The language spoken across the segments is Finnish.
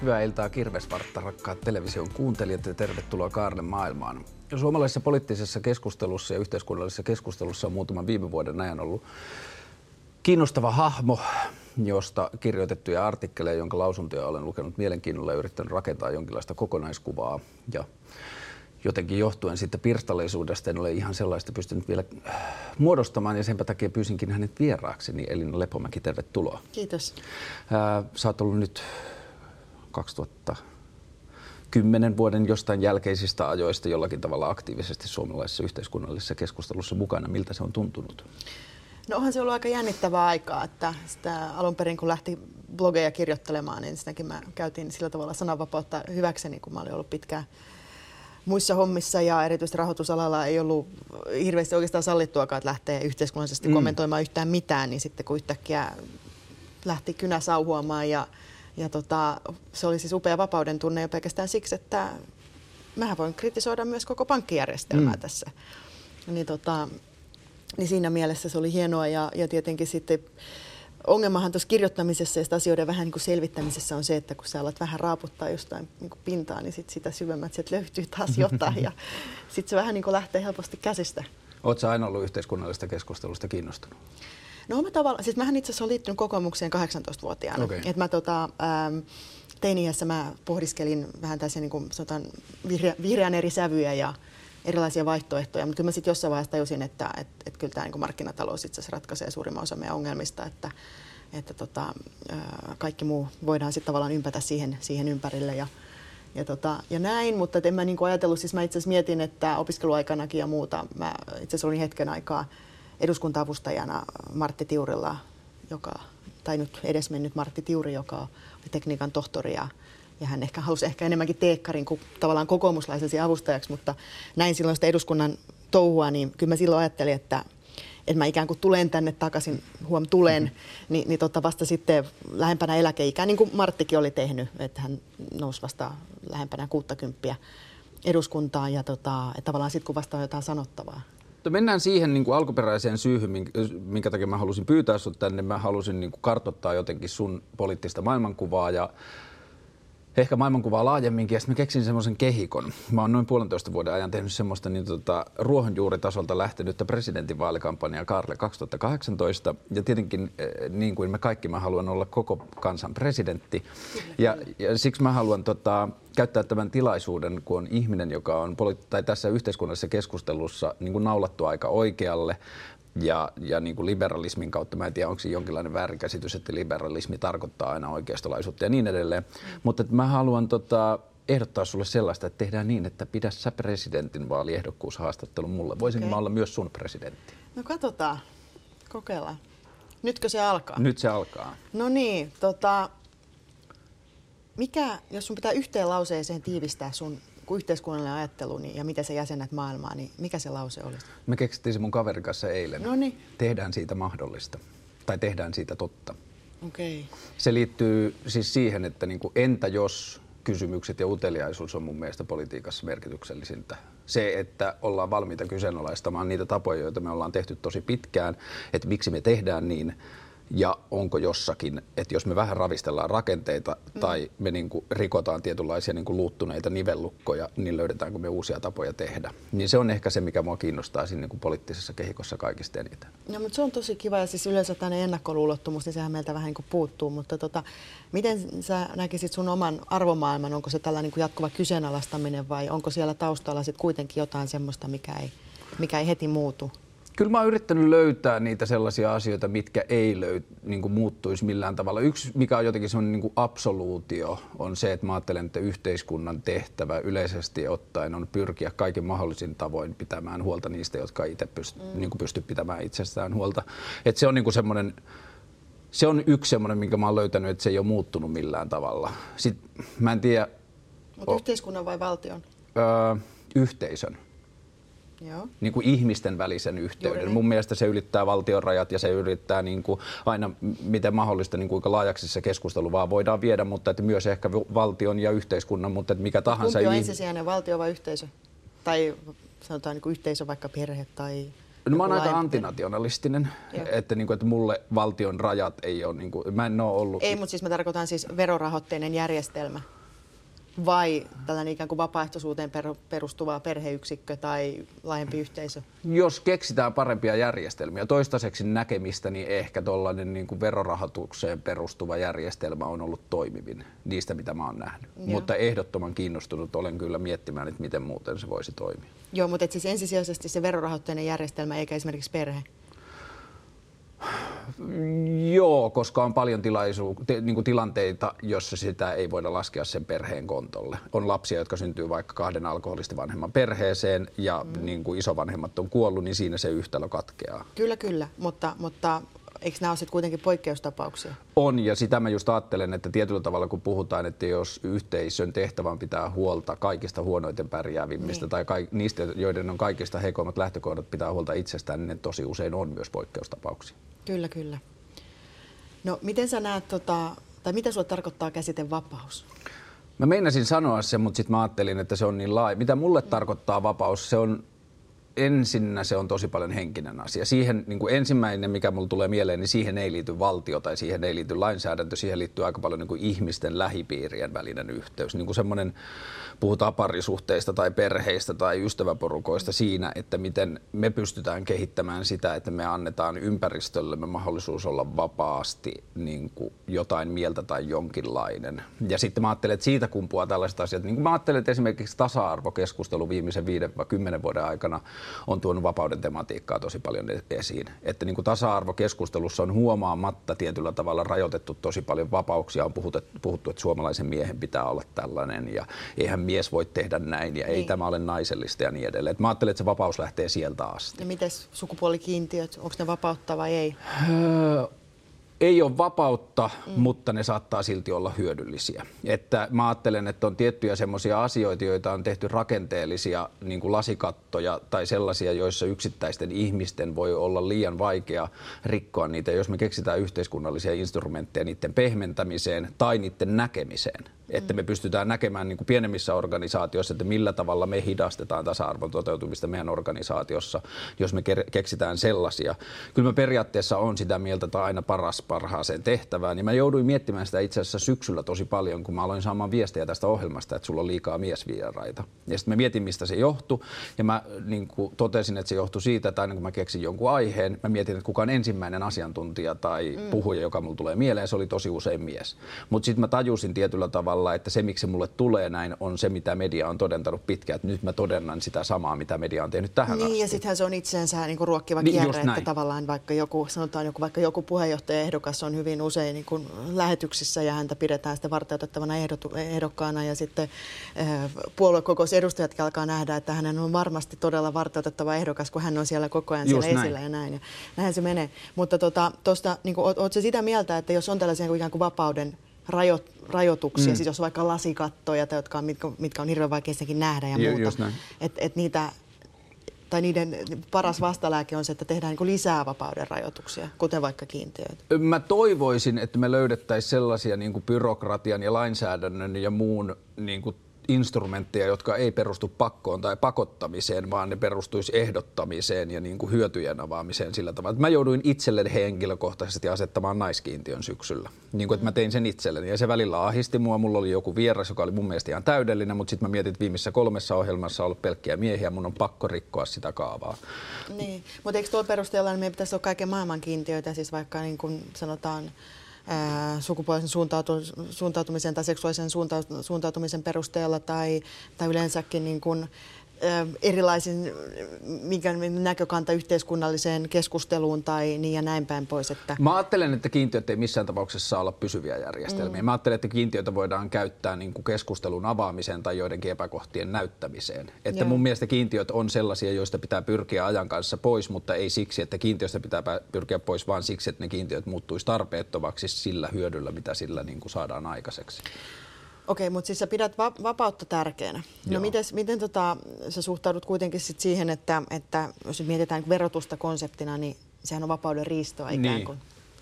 Hyvää iltaa Kirvesvartta, rakkaat television kuuntelijat, ja tervetuloa Kaarlen maailmaan. Suomalaisessa poliittisessa keskustelussa ja yhteiskunnallisessa keskustelussa on muutaman viime vuoden ajan ollut kiinnostava hahmo, josta kirjoitettuja artikkeleja, jonka lausuntoja olen lukenut mielenkiinnolla ja yrittänyt rakentaa jonkinlaista kokonaiskuvaa. Ja jotenkin johtuen siitä pirstaleisuudesta en ole ihan sellaista pystynyt vielä muodostamaan, ja senpä takia pyysinkin hänet vieraakseni. Elina Lepomäki, tervetuloa. Kiitos. Sä oot ollut nyt 2010 vuoden jostain jälkeisistä ajoista jollakin tavalla aktiivisesti suomalaisessa yhteiskunnallisessa keskustelussa mukana. Miltä se on tuntunut? No onhan se ollut aika jännittävää aikaa, että sitä alun perin kun lähti blogeja kirjoittelemaan, niin sitäkin mä käytin sillä tavalla sananvapautta hyväkseni, kun mä olin ollut pitkään muissa hommissa ja erityisesti rahoitusalalla ei ollut hirveästi oikeastaan sallittuakaan, että lähtee yhteiskunnallisesti kommentoimaan yhtään mitään, niin sitten kun yhtäkkiä lähti kynä sauhuamaan ja se oli siis upea vapauden tunne jo pelkästään siksi, että mähän voin kritisoida myös koko pankkijärjestelmää tässä. Niin siinä mielessä se oli hienoa ja tietenkin sitten ongelmahan tuossa kirjoittamisessa ja asioiden vähän niin kuin selvittämisessä on se, että kun sä alat vähän raaputtaa jostain niin kuin pintaa, niin sit sitä syvemmät sieltä löytyy taas jotain ja sitten se vähän niin kuin lähtee helposti käsistä. Oletko sä aina ollut yhteiskunnallisesta keskustelusta kiinnostunut? No siis mähän itse asiassa olen liittynyt kokoomukseen 18-vuotiaana. Okay. Et mä teini-iässä mä pohdiskelin vähän tässä niin kuin sanotaan vihreän eri sävyjä ja erilaisia vaihtoehtoja, mutta kyllä mä sitten jossain vaiheessa tajusin, että kyllä tämä niin markkinatalous itse asiassa ratkaisee suurimman osa meidän ongelmista, että kaikki muu voidaan sitten tavallaan ympätä siihen ympärille ja näin, mutta en mä niin kuin ajatellut, siis mä itse asiassa mietin, että opiskeluaikanakin ja muuta, mä itse asiassa olin hetken aikaa eduskunta-avustajana Martti Tiurilla, tai nyt edesmennyt Martti Tiuri, joka oli tekniikan tohtori ja hän halusi enemmänkin teekkarin kuin tavallaan kokoomuslaisesi avustajaksi, mutta näin silloin sitä eduskunnan touhua, niin kyllä mä silloin ajattelin, että mä ikään kuin tulen tänne takaisin, niin vasta sitten lähempänä eläkeikää, niin kuin Marttikin oli tehnyt, että hän nousi vasta lähempänä 60 eduskuntaan ja tavallaan sitten kun vasta on jotain sanottavaa. Mennään siihen niin kuin alkuperäiseen syyhyn, minkä takia mä halusin pyytää sut tänne. Mä halusin niin kuin kartoittaa jotenkin sun poliittista maailmankuvaa ja ehkä maailmankuvaa laajemminkin, ja sitten mä keksin semmoisen kehikon. Mä oon noin 1,5 vuoden ajan tehnyt semmoista ruohonjuuritasolta lähtenyttä presidentinvaalikampanjaa Kaarle 2018, ja tietenkin niin kuin me kaikki, mä haluan olla koko kansan presidentti, ja siksi mä haluan käyttää tämän tilaisuuden, kun on ihminen, joka on tässä yhteiskunnallisessa keskustelussa niin kuin naulattu aika oikealle, ja niin kuin liberalismin kautta, mä en tiedä, onko se jonkinlainen väärinkäsitys, että liberalismi tarkoittaa aina oikeistolaisuutta ja niin edelleen. Mutta mä haluan ehdottaa sulle sellaista, että tehdään niin, että pidä sä presidentinvaaliehdokkuushaastattelun mulle. Voisinko mä olla myös sun presidentti? No katsotaan, kokeillaan. Nytkö se alkaa? Nyt se alkaa. No niin, jos sun pitää yhteen lauseeseen tiivistää sun yhteiskunnallinen ajattelu ja miten sä jäsennät maailmaa, niin mikä se lause olisi? Me keksittiin se mun kaverin kanssa eilen. Noniin. Tehdään siitä mahdollista. Tai tehdään siitä totta. Okei. Se liittyy siis siihen, että niin kuin, entä jos kysymykset ja uteliaisuus on mun mielestä politiikassa merkityksellisintä. Se, että ollaan valmiita kyseenalaistamaan niitä tapoja, joita me ollaan tehty tosi pitkään, että miksi me tehdään niin. Ja onko jossakin, että jos me vähän ravistellaan rakenteita tai me niin kuin rikotaan tietynlaisia niin kuin luuttuneita nivellukkoja, niin löydetäänkö me uusia tapoja tehdä. Niin se on ehkä se, mikä mua kiinnostaa siinä niin kuin poliittisessa kehikossa kaikista eniten. No, mutta se on tosi kiva ja siis yleensä tänne ennakkoluulottomuus, niin sehän meiltä vähän niin kuin puuttuu. Mutta miten sä näkisit sun oman arvomaailman? Onko se tällainen niin kuin jatkuva kyseenalaistaminen vai onko siellä taustalla sitten kuitenkin jotain semmoista, mikä ei heti muutu? Kyllä mä oon yrittänyt löytää niitä sellaisia asioita, mitkä ei niin kuin muuttuisi millään tavalla. Yksi, mikä on jotenkin semmoinen niin kuin absoluutio, on se, että mä ajattelen, että yhteiskunnan tehtävä yleisesti ottaen on pyrkiä kaiken mahdollisin tavoin pitämään huolta niistä, jotka itse niin kuin pysty pitämään itsestään huolta. Että se on niin kuin semmoinen, se on yksi semmoinen, minkä mä oon löytänyt, että se ei ole muuttunut millään tavalla. Sitten mä en tiedä. Mutta yhteiskunnan vai valtion? Yhteisön. Joo. Niin kuin ihmisten välisen yhteyden. Mun mielestä se ylittää valtion rajat ja se ylittää niin kuin aina miten mahdollista, niin kuinka laajaksi se keskustelu vaan voidaan viedä, mutta että myös ehkä valtion ja yhteiskunnan, mutta että mikä tahansa. Kumpi on ensisijainen, valtio vai yhteisö? Tai sanotaan niin kuin yhteisö, vaikka perhe tai... No mä oon aika antinationalistinen, että mulle valtion rajat ei ole, mä en ole ollut... Ei, mutta siis mä tarkoitan siis verorahoitteinen järjestelmä. vai tällainen ikään kuin vapaaehtoisuuteen perustuva perheyksikkö tai laajempi yhteisö? Jos keksitään parempia järjestelmiä, toistaiseksi näkemistäni ehkä tuollainen niin kuin verorahoitukseen perustuva järjestelmä on ollut toimivin niistä, mitä mä oon nähnyt. Joo. Mutta ehdottoman kiinnostunut olen kyllä miettimään, että miten muuten se voisi toimia. Joo, mutta siis ensisijaisesti se verorahoitteinen järjestelmä eikä esimerkiksi perhe? Joo, koska on paljon niin tilanteita, jossa sitä ei voida laskea sen perheen kontolle. On lapsia, jotka syntyy vaikka 2 alkoholistivanhemman perheeseen ja niin kuin isovanhemmat on kuollut, niin siinä se yhtälö katkeaa. Kyllä, mutta eikö nämä ole sitten kuitenkin poikkeustapauksia? On, ja sitä mä just ajattelen, että tietyllä tavalla kun puhutaan, että jos yhteisön tehtävän pitää huolta kaikista huonoiten pärjäävimmistä tai niistä, joiden on kaikista heikoimmat lähtökohdat pitää huolta itsestään, niin ne tosi usein on myös poikkeustapauksia. Kyllä. No miten sä näet, tai mitä sulle tarkoittaa käsite vapaus? Mä meinasin sanoa sen, mutta sitten mä ajattelin, että se on niin laaja. Mitä mulle tarkoittaa vapaus, se on ensinnä se on tosi paljon henkinen asia. Siihen niin kuin ensimmäinen, mikä mulle tulee mieleen, niin siihen ei liity valtio tai siihen ei liity lainsäädäntö, siihen liittyy aika paljon niin kuin ihmisten lähipiirien välinen yhteys. Niin kuin semmoinen, puhutaan parisuhteista tai perheistä tai ystäväporukoista siinä, että miten me pystytään kehittämään sitä, että me annetaan ympäristöllemme mahdollisuus olla vapaasti niin kuin jotain mieltä tai jonkinlainen. Ja sitten mä ajattelen, että siitä kumpuaa tällaiset asiat. Niin kuin mä ajattelen, että esimerkiksi tasa-arvokeskustelu viimeisen 5-10 vuoden aikana on tuonut vapauden tematiikkaa tosi paljon esiin. Että niin kuin tasa-arvokeskustelussa on huomaamatta tietyllä tavalla rajoitettu tosi paljon vapauksia. On puhuttu, että suomalaisen miehen pitää olla tällainen ja eihän mies voi tehdä näin ja ei tämä ole naisellista ja niin edelleen. Et mä ajattelen, että se vapaus lähtee sieltä asti. Ja miten sukupuolikiintiöt, onko ne vapautta vai ei? Ei ole vapautta, mutta ne saattaa silti olla hyödyllisiä. Että mä ajattelen, että on tiettyjä semmoisia asioita, joita on tehty rakenteellisia, niin kuin lasikattoja tai sellaisia, joissa yksittäisten ihmisten voi olla liian vaikea rikkoa niitä, jos me keksitään yhteiskunnallisia instrumentteja niiden pehmentämiseen tai niiden näkemiseen. Että me pystytään näkemään niin kuin pienemmissä organisaatioissa, että millä tavalla me hidastetaan tasa-arvon toteutumista meidän organisaatiossa, jos me keksitään sellaisia. Kyllä mä periaatteessa on sitä mieltä, että aina parhaaseen tehtävään. Ja mä jouduin miettimään sitä itse asiassa syksyllä tosi paljon, kun mä aloin saamaan viestejä tästä ohjelmasta, että sulla on liikaa miesvieraita. Ja sitten mä mietin, mistä se johtui. Ja mä niin kuin totesin, että se johtui siitä, että aina kun mä keksin jonkun aiheen, mä mietin, että kuka on ensimmäinen asiantuntija tai puhuja, joka mulle tulee mieleen, se oli tosi usein mies. Mutta sitten mä tajusin tietyllä tavalla, että se, miksi mulle tulee näin, on se, mitä media on todentanut pitkään. Että nyt mä todennan sitä samaa, mitä media on tehnyt tähän asti. Niin, ja sittenhän se on itseensä niin kuin ruokkiva kierre, että tavallaan vaikka joku puheenjohtajaehdokas on hyvin usein niin kuin lähetyksissä ja häntä pidetään sitten varteutettavana ehdokkaana ja sitten puoluekokousedustajatkin alkaa nähdä, että hänen on varmasti todella varteutettava ehdokas, kun hän on siellä koko ajan siellä esillä ja näin. Ja näinhän se menee. Mutta tuosta, niin ootko se sitä mieltä, että jos on tällaisia ikään kuin vapauden rajoituksia, siis jos vaikka lasikattoja, mitkä on hirveän vaikeissakin nähdä ja muuta, että niitä, tai niiden paras vastalääke on se, että tehdään niin kuin lisää vapauden rajoituksia, kuten vaikka kiintiöitä. Mä toivoisin, että me löydettäisiin sellaisia niin kuin byrokratian ja lainsäädännön ja muun niin kuin instrumentteja, jotka ei perustu pakkoon tai pakottamiseen, vaan ne perustuisi ehdottamiseen ja niin kuin hyötyjen avaamiseen sillä tavalla. Mä jouduin itselleni henkilökohtaisesti asettamaan naiskiintiön syksyllä. Niin kuin, että mä tein sen itselleni ja se välillä ahisti mua. Mulla oli joku vieras, joka oli mun mielestä ihan täydellinen, mutta sitten mä mietin, että viimeisessä 3 ohjelmassa on ollut pelkkiä miehiä, mun on pakko rikkoa sitä kaavaa. Niin, mutta eikö tuo perusteella, niin meidän pitäisi olla kaiken maailman kiintiöitä, siis vaikka niin kuin sanotaan, sukupuolisen suuntautumisen tai seksuaalisen suuntautumisen perusteella tai yleensäkin niin kuin erilaisin näkökanta yhteiskunnalliseen keskusteluun tai niin ja näin päin pois. Että mä ajattelen, että kiintiöt ei missään tapauksessa saa olla pysyviä järjestelmiä. Mä ajattelen, että kiintiöitä voidaan käyttää niin kuin keskustelun avaamiseen tai joidenkin epäkohtien näyttämiseen. Että mun mielestä kiintiöt on sellaisia, joista pitää pyrkiä ajan kanssa pois, mutta ei siksi, että kiintiöistä pitää pyrkiä pois, vaan siksi, että ne kiintiöt muuttuisi tarpeettomaksi sillä hyödyllä, mitä sillä niin kuin saadaan aikaiseksi. Okei, mutta siis sä pidät vapautta tärkeänä. No miten sä suhtaudut kuitenkin sit siihen, että jos mietitään verotusta konseptina, niin sehän on vapauden riistoa ikään kuin.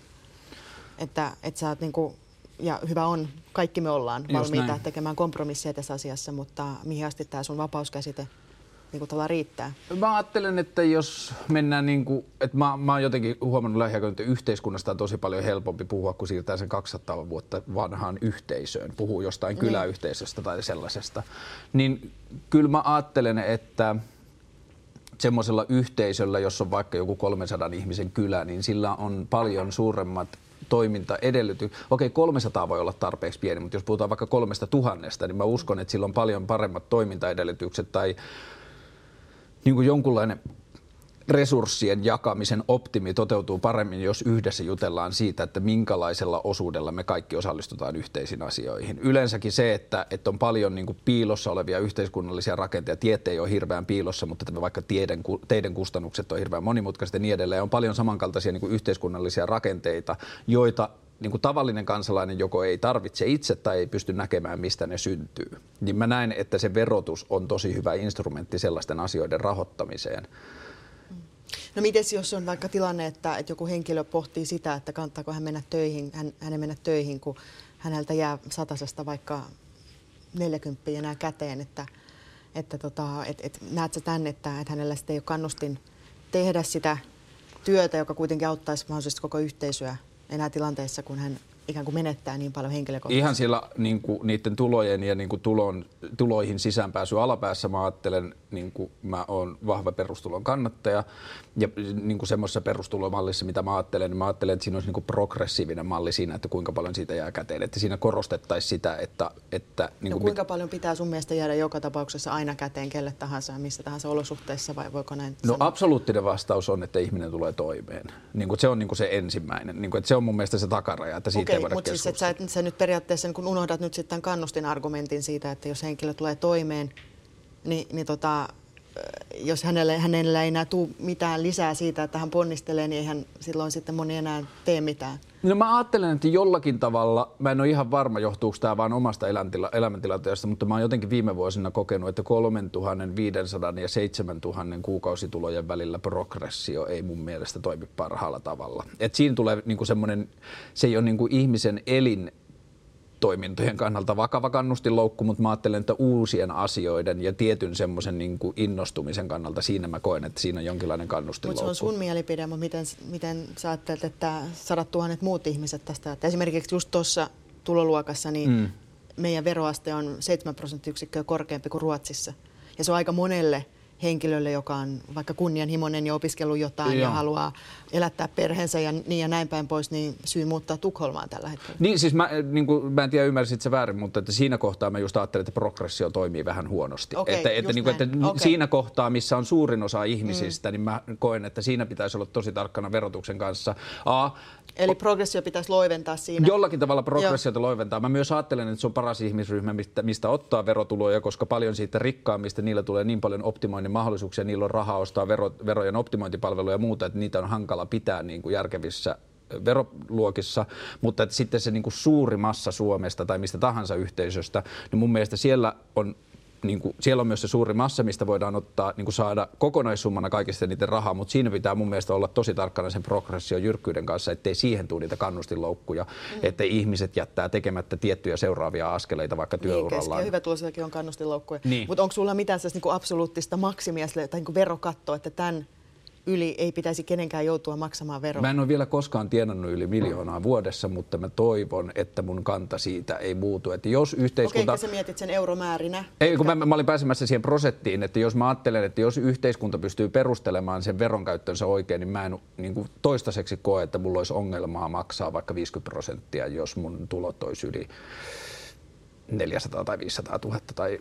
Että sä oot niinku, ja hyvä on, kaikki me ollaan valmiita tekemään kompromisseja tässä asiassa, mutta mihin asti tämä sun vapauskäsite niin kuin riittää? Mä ajattelen, että jos mennään että mä oon jotenkin huomannut lähiaikoina, että yhteiskunnasta on tosi paljon helpompi puhua, kun siirtää sen 200 vuotta vanhaan yhteisöön, puhuu jostain kyläyhteisöstä tai sellaisesta. Niin kyllä mä ajattelen, että semmoisella yhteisöllä, jos on vaikka joku 300 ihmisen kylä, niin sillä on paljon suuremmat toimintaedellytykset. Okei, 300 voi olla tarpeeksi pieni, mutta jos puhutaan vaikka 3000, niin mä uskon, että sillä on paljon paremmat toimintaedellytykset tai niin kuin jonkunlainen resurssien jakamisen optimi toteutuu paremmin, jos yhdessä jutellaan siitä, että minkälaisella osuudella me kaikki osallistutaan yhteisiin asioihin. Yleensäkin se, että on paljon niin kuin piilossa olevia yhteiskunnallisia rakenteita, tiet ei ole hirveän piilossa, mutta vaikka teiden kustannukset on hirveän monimutkaiset ja niin edelleen. On paljon samankaltaisia niin kuin yhteiskunnallisia rakenteita, joita niin kuin tavallinen kansalainen joko ei tarvitse itse tai ei pysty näkemään, mistä ne syntyy. Niin mä näen, että se verotus on tosi hyvä instrumentti sellaisten asioiden rahoittamiseen. No mites jos on vaikka tilanne, että joku henkilö pohtii sitä, että kannattaako hän mennä töihin, hänen mennä töihin, kun häneltä jää satasesta vaikka 40 enää käteen, että näet sä tämän, että hänellä sitten ei ole kannustin tehdä sitä työtä, joka kuitenkin auttaisi mahdollisesti koko yhteisöä enää tilanteessa, kun hän ikään kuin menettää niin paljon henkilökohtaisesti. Ihan siellä niin kuin niiden tulojen ja niin kuin tuloihin sisäänpääsy alapäässä mä ajattelen, niin kuin mä oon vahva perustulon kannattaja ja niin kuin semmoisessa perustulomallissa, mitä mä ajattelen, niin mä ajattelen, että siinä olisi niin kuin progressiivinen malli siinä, että kuinka paljon siitä jää käteen, että siinä korostettaisiin sitä, että niin kuin kuinka paljon pitää sun mielestä jäädä joka tapauksessa aina käteen kelle tahansa ja missä tahansa olosuhteissa vai voiko näin sanoa? No absoluuttinen vastaus on, että ihminen tulee toimeen. Niin kuin se on niin kuin se ensimmäinen, niin kuin, että se on mun mielestä se takaraja, että siitä ei voida mutta siis että sä nyt periaatteessa kun unohdat nyt sitten kannustinargumentin siitä, että jos henkilö tulee toimeen, niin jos hänellä ei enää tule mitään lisää siitä, että hän ponnistelee, niin eihän silloin sitten moni enää tee mitään. No mä ajattelen, että jollakin tavalla, mä en ole ihan varma johtuuko tämä vaan omasta elämäntilanteesta, mutta mä oon jotenkin viime vuosina kokenut, että 3500 ja 7000 kuukausitulojen välillä progressio ei mun mielestä toimi parhaalla tavalla. Et siinä tulee niinku semmoinen, se ei ole niinku ihmisen toimintojen kannalta vakava kannustinloukku, mutta mä ajattelen, että uusien asioiden ja tietyn semmoisen niin kuin innostumisen kannalta siinä mä koen, että siinä on jonkinlainen kannustinloukku. Mutta se on sun mielipide, mutta miten sä ajattelet, että 100 000 muut ihmiset tästä, että esimerkiksi just tuossa tuloluokassa, niin meidän veroaste on 7% korkeampi kuin Ruotsissa. Ja se on aika monelle henkilölle, joka on vaikka kunnianhimoinen ja opiskellut jotain ja haluaa elättää perheensä ja niin ja näin päin pois, niin syy muuttaa Tukholmaan tällä hetkellä. Niin siis mä en tiedä ymmärsit se väärin, mutta että siinä kohtaa mä just ajattelen, että progressio toimii vähän huonosti. Että siinä kohtaa, missä on suurin osa ihmisistä, niin mä koen, että siinä pitäisi olla tosi tarkkana verotuksen kanssa. Eli progressio pitäisi loiventaa siinä. Jollakin tavalla progressiota loiventaa. Mä myös ajattelen, että se on paras ihmisryhmä, mistä ottaa verotuloja, koska paljon siitä rikkaammista, niillä tulee niin paljon optimoinnin mahdollisuuksia, niillä on rahaa ostaa verojen optimointipalveluja ja muuta, että niitä on hankala pitää niin kuin järkevissä veroluokissa, mutta että sitten se niin kuin suuri massa Suomesta tai mistä tahansa yhteisöstä, niin mun mielestä siellä on myös se suuri massa, mistä voidaan ottaa, niin kuin saada kokonaissummana kaikista niiden rahaa, mutta siinä pitää mun mielestä olla tosi tarkkana sen progression jyrkkyyden kanssa, ettei siihen tule niitä kannustinloukkuja, ettei ihmiset jättää tekemättä tiettyjä seuraavia askeleita vaikka työurallaan. Niin, hyvätuloisillakin on kannustinloukkuja. Niin. Mutta onko sulla mitään niin absoluuttista maksimia tai niin verokattoa, että tämän yli ei pitäisi kenenkään joutua maksamaan veroa? Mä en ole vielä koskaan tienannut yli 1 000 000 vuodessa, mutta mä toivon, että mun kanta siitä ei muutu. Että jos yhteiskunta... Okei, sä mietit sen euromäärinä? Ei, kun mä olin pääsemässä siihen prosenttiin, että jos mä ajattelen, että jos yhteiskunta pystyy perustelemaan sen veronkäyttönsä oikein, niin mä en niin kuin toistaiseksi koe, että mulla olisi ongelmaa maksaa vaikka 50%, jos mun tulot olisi yli 400 tai 500 000 tai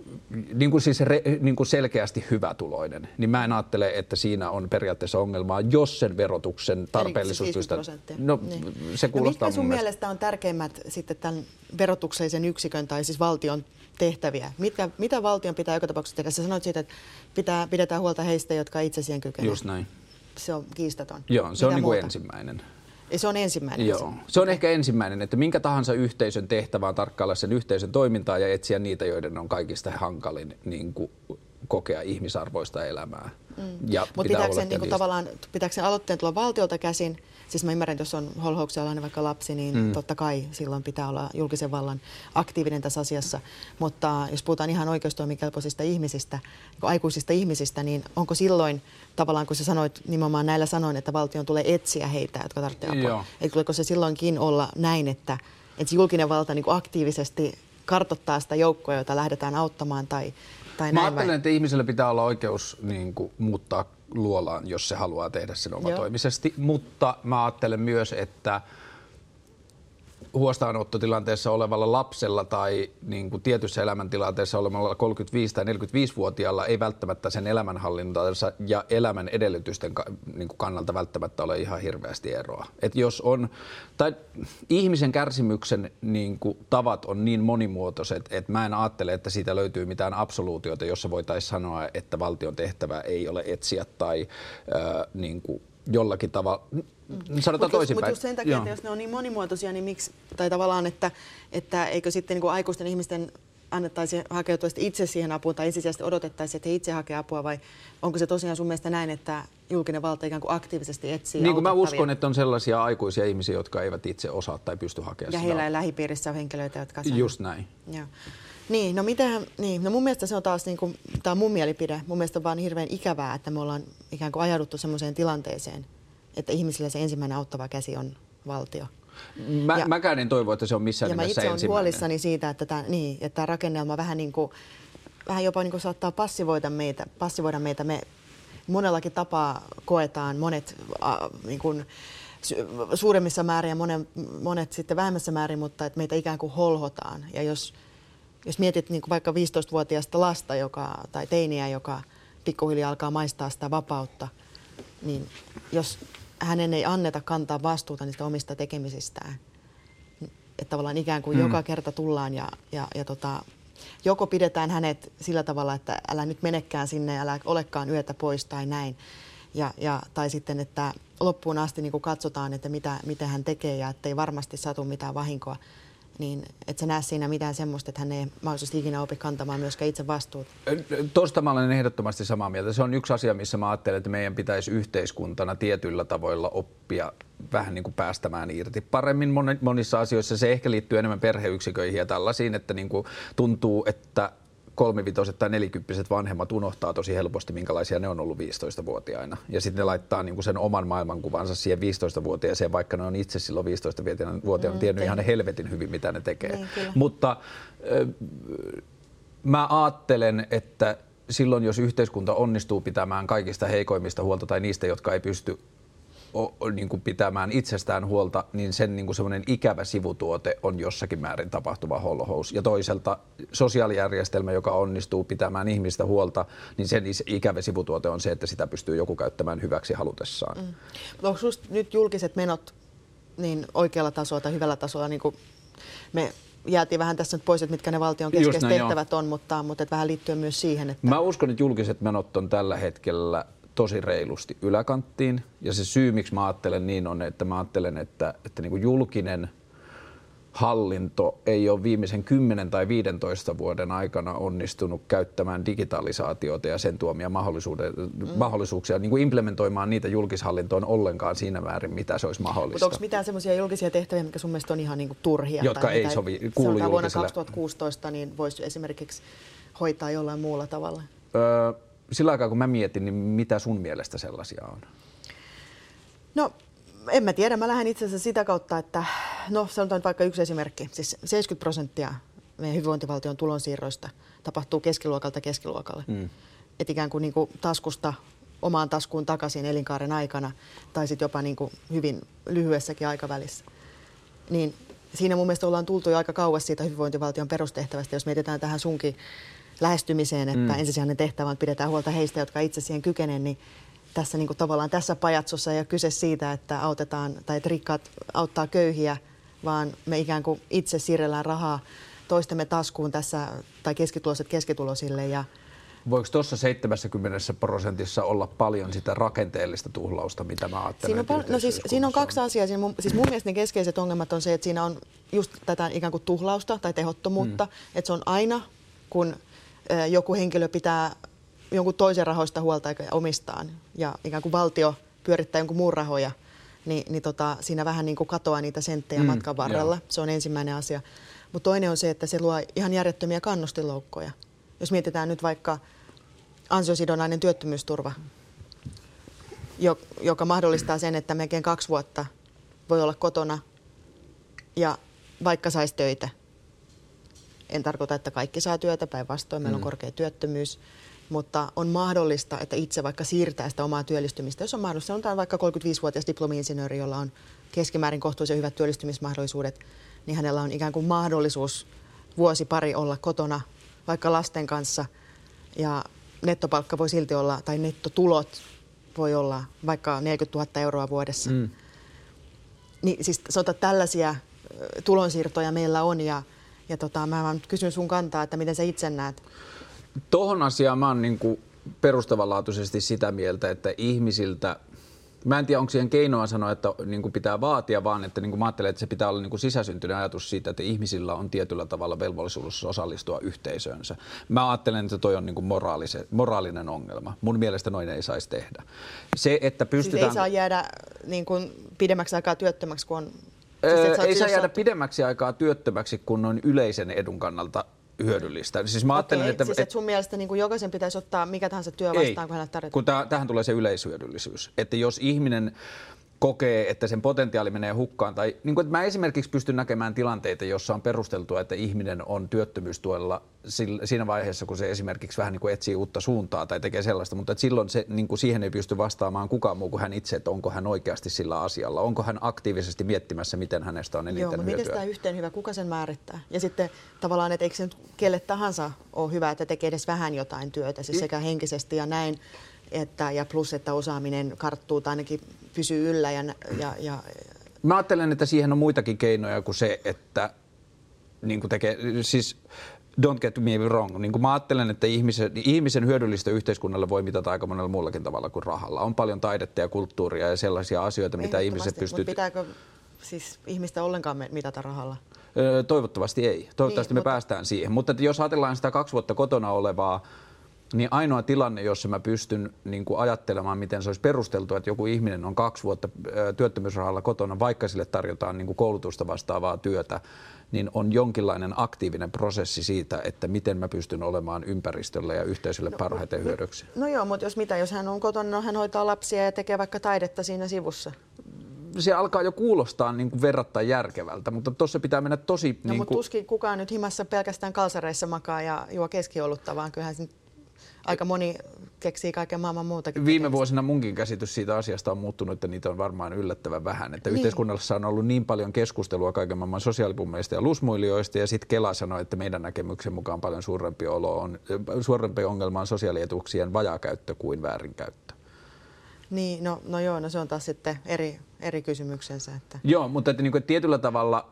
niin kuin selkeästi hyvätuloinen, niin mä en ajattele, että siinä on periaatteessa ongelmaa, jos sen verotuksen tarpeellisuussyistä... No, niin. Se kuulostaa mitkä sun mielestä on tärkeimmät sitten tämän verotuksellisen yksikön tai siis valtion tehtäviä? Mitä valtion pitää joka tapauksessa tehdä? Sä sanoit siitä, että pidetään huolta heistä, jotka itse siihen kykenevät. Just näin. Se on kiistaton. Joo, se on niin kuin ensimmäinen. Se on ensimmäinen. Joo, se on ehkä ensimmäinen, että minkä tahansa yhteisön tehtävä on tarkkailla sen yhteisön toimintaa ja etsiä niitä, joiden on kaikista hankalin niin kuin kokea ihmisarvoista elämää. Mutta pitääkö sen aloitteen tulla valtiolta käsin? Siis mä ymmärrän, että jos on holhouksen alainen vaikka lapsi, niin totta kai silloin pitää olla julkisen vallan aktiivinen tässä asiassa. Mutta jos puhutaan ihan oikeustoimikelpoisista ihmisistä, aikuisista ihmisistä, niin onko silloin tavallaan, kun sä sanoit nimenomaan näillä sanoin, että valtion tulee etsiä heitä, jotka tarvitsevat apua. Eli tuleeko se silloinkin olla näin, että julkinen valta niin kuin aktiivisesti kartoittaa sitä joukkoa, jota lähdetään auttamaan tai näin? Mä ajattelen, että ihmisellä pitää olla oikeus niin kuin, muuttaa luolaan, jos se haluaa tehdä sen omatoimisesti, mutta mä ajattelen myös, että huostaanottotilanteessa olevalla lapsella tai niin kuin tietyssä elämäntilanteessa olevalla 35- tai 45-vuotiaalla ei välttämättä sen elämänhallintansa ja elämän edellytysten niin kuin kannalta välttämättä ole ihan hirveästi eroa. Et jos on, tai ihmisen kärsimyksen niin kuin tavat on niin monimuotoiset, että mä en ajattele, että siitä löytyy mitään absoluutiota, jossa voitaisiin sanoa, että valtion tehtävä ei ole etsiä tai niin kuin jollakin tavalla. Sanotaan toisinpäin. Mutta just sen takia, että jos ne on niin monimuotoisia, niin miksi, tai tavallaan, että eikö sitten niin kuin aikuisten ihmisten annettaisiin hakeutua itse siihen apuun tai ensisijaisesti odotettaisiin, että he itse hakee apua, vai onko se tosiaan sun mielestä näin, että julkinen valta ikään kuin aktiivisesti etsii niin kuin mä uskon, että on sellaisia aikuisia ihmisiä, jotka eivät itse osaa tai pysty hakemaan sitä. Ja heillä lähipiirissä on henkilöitä, jotka sanoo. Just näin. Joo. Niin, no mun mielestä se on taas, niin kuin, tämä on mun mielipide, mun mielestä on vaan hirveän ikävää, että me ollaan ikään kuin ajauduttu semmoiseen tilanteeseen, että ihmisillä se ensimmäinen auttava käsi on valtio. Mäkään en toivo, että se on missään nimessä ensimmäinen. Ja mä itse olen huolissani siitä, että tämä rakennelma vähän jopa niin kuin saattaa passivoida meitä. Me monellakin tapaa koetaan, monet niin kuin suuremmissa määrin ja monet sitten vähemmässä määrin, mutta että meitä ikään kuin holhotaan. Ja jos mietit niin kuin vaikka 15-vuotiaasta lasta tai teiniä, joka pikkuhiljaa alkaa maistaa sitä vapautta, niin jos hänen ei anneta kantaa vastuuta niistä omista tekemisistään, että tavallaan ikään kuin joka kerta tullaan ja joko pidetään hänet sillä tavalla, että älä nyt menekään sinne, älä olekaan yötä pois tai näin, tai sitten, että loppuun asti niin kuin katsotaan, että mitä hän tekee ja ettei varmasti satu mitään vahinkoa, niin et sä näe siinä mitään semmoista, että hän ei mahdollisesti ikinä opi kantamaan myöskään itse vastuuta. Tuosta mä olen ehdottomasti samaa mieltä. Se on yksi asia, missä mä ajattelen, että meidän pitäisi yhteiskuntana tietyillä tavoilla oppia vähän niin kuin päästämään irti paremmin monissa asioissa. Se ehkä liittyy enemmän perheyksiköihin ja tällaisiin, että niin kuin tuntuu, että 3-5- tai 40-vuotiaat vanhemmat unohtaa tosi helposti, minkälaisia ne on ollut 15-vuotiaina. Ja sitten ne laittaa niin kuin sen oman maailmankuvansa siihen 15-vuotiaaseen, vaikka ne on itse silloin 15-vuotiaana tiennyt ihan helvetin hyvin, mitä ne tekee. Niin, mutta mä ajattelen, että silloin, jos yhteiskunta onnistuu pitämään kaikista heikoimmista huolta tai niistä, jotka ei pysty niin kuin pitämään itsestään huolta, niin sen niin kuin semmoinen ikävä sivutuote on jossakin määrin tapahtuva holhous. Ja toisaalta sosiaalijärjestelmä, joka onnistuu pitämään ihmistä huolta, niin sen ikävä sivutuote on se, että sitä pystyy joku käyttämään hyväksi halutessaan. Onko sinusta nyt julkiset menot niin oikealla tasolla tai hyvällä tasolla? Niin kuin me jäätiin vähän tässä nyt pois, että mitkä ne valtion keskeiset tehtävät on, mutta vähän liittyen myös siihen, että... Mä uskon, että julkiset menot on tällä hetkellä tosi reilusti yläkanttiin. Ja se syy, miksi mä ajattelen niin on, että mä ajattelen, että niin kuin julkinen hallinto ei ole viimeisen 10 tai 15 vuoden aikana onnistunut käyttämään digitalisaatiota ja sen tuomia mahdollisuuksia, niin kuin implementoimaan niitä julkishallintoon ollenkaan siinä määrin, mitä se olisi mahdollista. Mutta onko mitään semmoisia julkisia tehtäviä, mitkä sun mielestä on ihan niin kuin turhia? Jotka tai ei sovi, kuulu julkiselle? Vuonna 2016 niin voisi esimerkiksi hoitaa jollain muulla tavalla? Sillä aikaa, kun mä mietin, niin mitä sun mielestä sellaisia on? No, en mä tiedä. Mä lähden itse asiassa sitä kautta, että sanotaan nyt vaikka yksi esimerkki. Siis 70% meidän hyvinvointivaltion tulonsiirroista tapahtuu keskiluokalta keskiluokalle. Et ikään kuin, taskusta omaan taskuun takaisin elinkaaren aikana tai sitten jopa niin kuin hyvin lyhyessäkin aikavälissä. Niin siinä mun mielestä ollaan tultu jo aika kauas siitä hyvinvointivaltion perustehtävästä, jos mietitään tähän sunkin lähestymiseen, että ensisijainen tehtävä on, että pidetään huolta heistä, jotka itse siihen kykenevät, niin tässä niin kuin tavallaan tässä pajatsossa ei ole kyse siitä, että autetaan tai että rikkaat auttaa köyhiä, vaan me ikään kuin itse siirrellään rahaa toistemme taskuun tässä, tai keskituloiset keskituloisille. Ja voiko tuossa 70% olla paljon sitä rakenteellista tuhlausta, mitä mä ajattelen? Siinä on kaksi asiaa. Siis mun mielestä ne keskeiset ongelmat on se, että siinä on just tätä ikään kuin tuhlausta tai tehottomuutta, että se on aina, kun joku henkilö pitää jonkun toisen rahoista huolta eikä omistaan ja ikään kuin valtio pyörittää jonkun muun rahoja, niin siinä vähän niin kuin katoaa niitä senttejä matkan varrella. Se on ensimmäinen asia. Mutta toinen on se, että se luo ihan järjettömiä kannustinloukkoja. Jos mietitään nyt vaikka ansiosidonnainen työttömyysturva, joka mahdollistaa sen, että melkein 2 vuotta voi olla kotona ja vaikka saisi töitä. En tarkoita, että kaikki saa työtä, päinvastoin meillä on korkea työttömyys, mutta on mahdollista, että itse vaikka siirtää sitä omaa työllistymistä. Jos on mahdollista, sanotaan vaikka 35-vuotias diplomi-insinööri, jolla on keskimäärin kohtuullisen hyvät työllistymismahdollisuudet, niin hänellä on ikään kuin mahdollisuus vuosi pari olla kotona vaikka lasten kanssa ja nettopalkka voi silti olla, tai nettotulot voi olla vaikka 40 000 euroa vuodessa. Niin siis tällaisia tulonsiirtoja meillä on ja mä vaan kysyn sun kantaa, että miten sä itse näet? Tohon asiaan mä oon niinku perustavanlaatuisesti sitä mieltä, että ihmisiltä, mä en tiedä onko siihen keinoa sanoa, että niinku pitää vaatia, vaan että niinku mä ajattelen, että se pitää olla niinku sisäsyntyinen ajatus siitä, että ihmisillä on tietyllä tavalla velvollisuus osallistua yhteisöönsä. Mä ajattelen, että toi on niinku moraalinen ongelma. Mun mielestä noin ei saisi tehdä. Se, että pystytään... Siis ei saa jäädä niin kuin pidemmäksi aikaa työttömäksi, kun on... Ei saa jäädä pidemmäksi aikaa työttömäksi, kun on yleisen edun kannalta hyödyllistä. Siis mä ajattelen, että sun mielestä niin kuin jokaisen pitäisi ottaa mikä tahansa työ vastaan, kun hänelle tarjotaan? Kun tähän tulee se yleishyödyllisyys. Että jos ihminen kokee, että sen potentiaali menee hukkaan, tai niin kuin, että mä esimerkiksi pystyn näkemään tilanteita, jossa on perusteltua, että ihminen on työttömyystuella siinä vaiheessa, kun se esimerkiksi vähän niin kuin etsii uutta suuntaa tai tekee sellaista, mutta että silloin se, niin kuin siihen ei pysty vastaamaan kukaan muu kuin hän itse, että onko hän oikeasti sillä asialla, onko hän aktiivisesti miettimässä, miten hänestä on eniten hyötyä. Miten sitä yhteen hyvä, kuka sen määrittää? Ja sitten tavallaan, että eikö se nyt kelle tahansa ole hyvä, että tekee edes vähän jotain työtä, siis sekä henkisesti ja näin, ja plus, että osaaminen karttuu tai ainakin pysyy yllä. Mä ajattelen, että siihen on muitakin keinoja kuin se, että niin kuin tekee, siis don't get me wrong. Niin kuin mä ajattelen, että ihmisen hyödyllistä yhteiskunnalle voi mitata aika monella muullakin tavalla kuin rahalla. On paljon taidetta ja kulttuuria ja sellaisia asioita, mitä ihmiset pystyy... Mutta pitääkö siis ihmistä ollenkaan mitata rahalla? Toivottavasti ei. Toivottavasti me päästään siihen. Mutta jos ajatellaan sitä 2 vuotta kotona olevaa, niin ainoa tilanne, jossa mä pystyn niin kuin ajattelemaan, miten se olisi perusteltua, että joku ihminen on 2 vuotta työttömyysrahalla kotona, vaikka sille tarjotaan niin kuin koulutusta vastaavaa työtä, niin on jonkinlainen aktiivinen prosessi siitä, että miten mä pystyn olemaan ympäristölle ja yhteisölle parhaiten hyödyksi. No joo, mutta jos hän on kotona, hän hoitaa lapsia ja tekee vaikka taidetta siinä sivussa. Se alkaa jo kuulostaa niin kuin verrattain järkevältä, mutta tuossa pitää mennä tosi... No, mutta tuskin kukaan nyt himassa pelkästään kalsareissa makaa ja juo keskiolutta, vaan kyllähän se aika moni keksii kaiken maailman muutakin. Viime vuosina munkin käsitys siitä asiasta on muuttunut, että niitä on varmaan yllättävän vähän. Että yhteiskunnassa on ollut niin paljon keskustelua kaiken maailman sosiaalipummeista ja lusmuilijoista, ja sitten Kela sanoi, että meidän näkemyksen mukaan paljon suurempi ongelma on sosiaalietuuksien vajaakäyttö kuin väärinkäyttö. Niin, no se on taas sitten eri kysymyksensä. Että... Joo, mutta että, niin kuin, tietyllä tavalla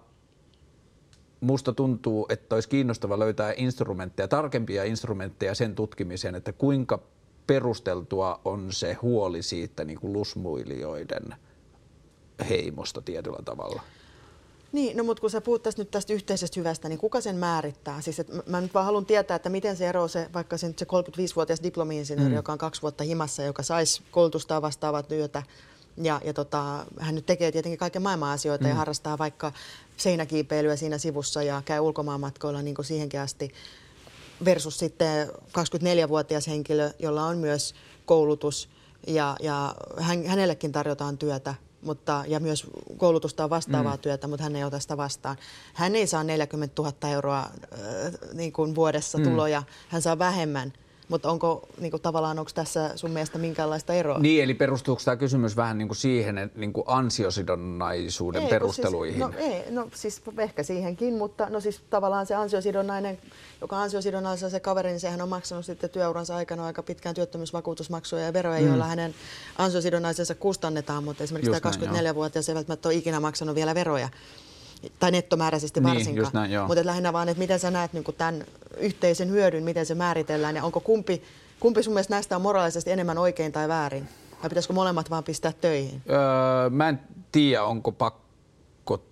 musta tuntuu, että olisi kiinnostava löytää instrumentteja, tarkempia instrumentteja sen tutkimiseen, että kuinka perusteltua on se huoli siitä niin kuin lusmuilijoiden heimosta tietyllä tavalla. Niin, no mutta kun sä puhut nyt tästä yhteisestä hyvästä, niin kuka sen määrittää? Siis, mä nyt vaan haluan tietää, että miten se eroaa vaikka se 35-vuotias diplomi-insinööri, joka on 2 vuotta himassa, joka saisi koulutusta vastaavaa työtä. Ja hän nyt tekee tietenkin kaiken maailman asioita ja harrastaa vaikka seinäkiipeilyä siinä sivussa ja käy ulkomaanmatkoilla niin kuin siihenkin asti. Versus sitten 24-vuotias henkilö, jolla on myös koulutus ja hänellekin tarjotaan työtä. Ja myös koulutusta vastaavaa työtä, mutta hän ei ota sitä vastaan. Hän ei saa 40 000 euroa niin kuin vuodessa tuloja, hän saa vähemmän. Mutta onko tässä sun mielestä minkäänlaista eroa? Niin, eli perustuuko tämä kysymys vähän niin kuin siihen, että niin kuin ansiosidonnaisuuden perusteluihin? Siis ehkä siihenkin, mutta siis tavallaan se ansiosidonnainen, joka ansiosidonnaisella se kaveri, niin sehän on maksanut sitten työuransa aikana aika pitkään työttömyysvakuutusmaksuja ja veroja, joilla hänen ansiosidonnaisensa kustannetaan, mutta esimerkiksi tämä 24-vuotias ei välttämättä ole ikinä maksanut vielä veroja. Tai nettomääräisesti varsinkaan. Mutta lähinnä vaan, että miten sä näet niin tämän yhteisen hyödyn, miten se määritellään ja onko kumpi sun mielestä näistä on moraalisesti enemmän oikein tai väärin? Vai pitäisikö molemmat vaan pistää töihin? Mä en tiedä, onko pakko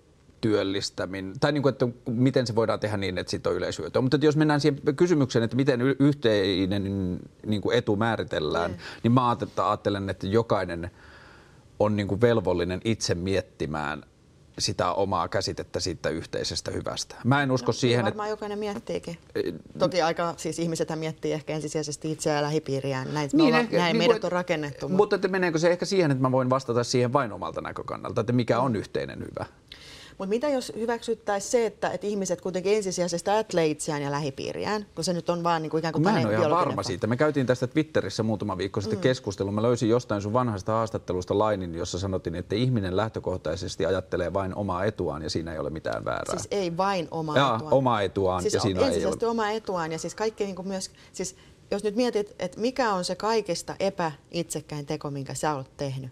työllistäminen, tai niin kuin, että miten se voidaan tehdä niin, että siitä on yleishyötyä. Mutta jos mennään siihen kysymykseen, että miten yhteinen niin kuin etu määritellään, niin mä ajattelen, että jokainen on niin kuin velvollinen itse miettimään sitä omaa käsitettä siitä yhteisestä hyvästä. Mä en usko siihen, varmaan jokainen miettiikin. Toki siis ihmisethän miettii ehkä ensisijaisesti itseään ja lähipiiriään. Näin meidät on rakennettu. Mutta meneekö se ehkä siihen, että mä voin vastata siihen vain omalta näkökannalta, että mikä on yhteinen hyvä? Mutta mitä jos hyväksyttäisiin se, että ihmiset kuitenkin ensisijaisesti ajattelee itseään ja lähipiiriään, kun se nyt on vaan niin kuin ikään kuin mä en ole ihan varma siitä. Me käytiin tästä Twitterissä muutama viikko sitten keskustelua. Mä löysin jostain sun vanhasta haastattelusta lainin, jossa sanottiin, että ihminen lähtökohtaisesti ajattelee vain omaa etuaan ja siinä ei ole mitään väärää. Siis ei vain omaa etuaan. Omaa etuaan siis ja siinä ensisijaisesti ei ole omaa etuaan ja siis kaikki niin kuin myös, siis jos nyt mietit, että mikä on se kaikista epäitsekkäin teko, minkä sä olet tehnyt.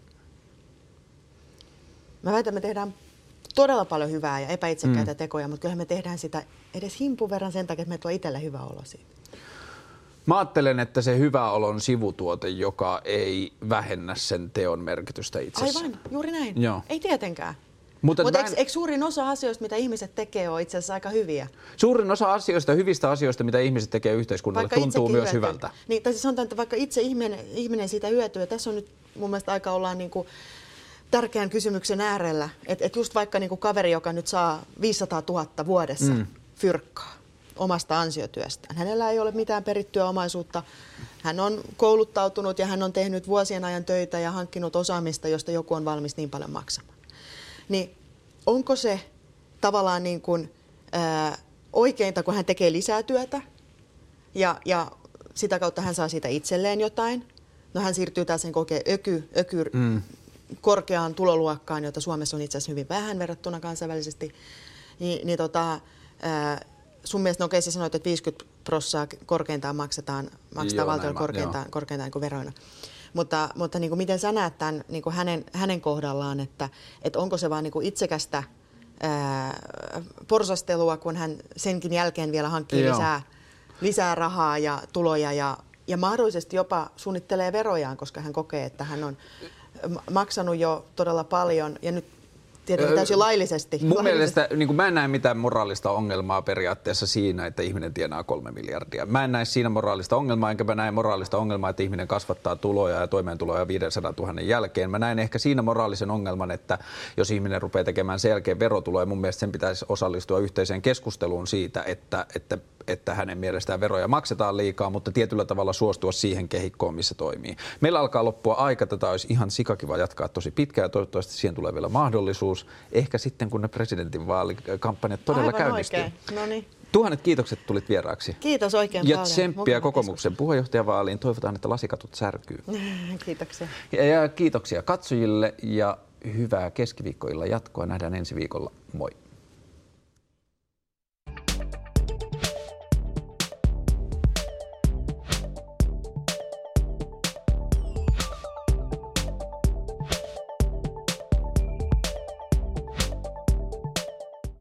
Mä väitän, että me tehdään todella paljon hyvää ja epäitsekkäitä tekoja, mutta kyllähän me tehdään sitä edes himpun verran sen takia, että me tuo itselle hyvä olo siitä. Mä ajattelen, että se hyvä olo on sivutuote, joka ei vähennä sen teon merkitystä itsessään. Aivan, juuri näin. Joo. Ei tietenkään. Mutta eikö suurin osa asioista, mitä ihmiset tekee, ole itse asiassa aika hyviä? Suurin osa asioista, hyvistä asioista, mitä ihmiset tekee yhteiskunnalle, tuntuu myös hyvältä. Niin, tai siis sanotaan, että vaikka itse ihminen siitä hyötyy, ja tässä on nyt mun mielestä aika ollaan niin kuin tärkeän kysymyksen äärellä, että just vaikka niin kuin kaveri, joka nyt saa 500 000 vuodessa fyrkkaa omasta ansiotyöstään. Hänellä ei ole mitään perittyä omaisuutta. Hän on kouluttautunut ja hän on tehnyt vuosien ajan töitä ja hankkinut osaamista, josta joku on valmis niin paljon maksamaan. Niin onko se tavallaan niin kuin, oikeinta, kun hän tekee lisää työtä ja sitä kautta hän saa siitä itselleen jotain? No hän siirtyy taas sen korkeaan tuloluokkaan, jota Suomessa on itse asiassa hyvin vähän verrattuna kansainvälisesti. Sun mielestä sä sanoit, että 50% korkeintaan maksetaan valtiolle korkeintaan kuin veroina. Mutta niin kuin miten sä näet tämän niin kuin hänen kohdallaan, että onko se vaan niin kuin itsekästä porsastelua, kun hän senkin jälkeen vielä hankkii lisää rahaa ja tuloja ja mahdollisesti jopa suunnittelee verojaan, koska hän kokee, että hän on maksanut jo todella paljon ja nyt tietenkin täysin laillisesti. Mun mielestä niin mä en näe mitään moraalista ongelmaa periaatteessa siinä, että ihminen tienaa 3 miljardia. Mä en näe siinä moraalista ongelmaa, enkä mä näe moraalista ongelmaa, että ihminen kasvattaa tuloja ja toimeentuloja 500 000 jälkeen. Mä näen ehkä siinä moraalisen ongelman, että jos ihminen rupeaa tekemään sen jälkeen verotuloja, mun mielestä sen pitäisi osallistua yhteiseen keskusteluun siitä, että hänen mielestään veroja maksetaan liikaa, mutta tietyllä tavalla suostua siihen kehikkoon, missä toimii. Meillä alkaa loppua aika, tätä olisi ihan sikakiva jatkaa tosi pitkään ja toivottavasti siihen tulee vielä mahdollisuus. Ehkä sitten, kun ne presidentinvaalikampanjat todella käynnistyy. No niin. 1000 kiitokset, että tulit vieraaksi. Kiitos oikein paljon. Ja tsemppiä kokoomuksen puheenjohtajavaaliin. Toivotaan, että lasikatut särkyy. Kiitoksia. Ja kiitoksia katsojille ja hyvää keskiviikkoilla jatkoa. Nähdään ensi viikolla. Moi.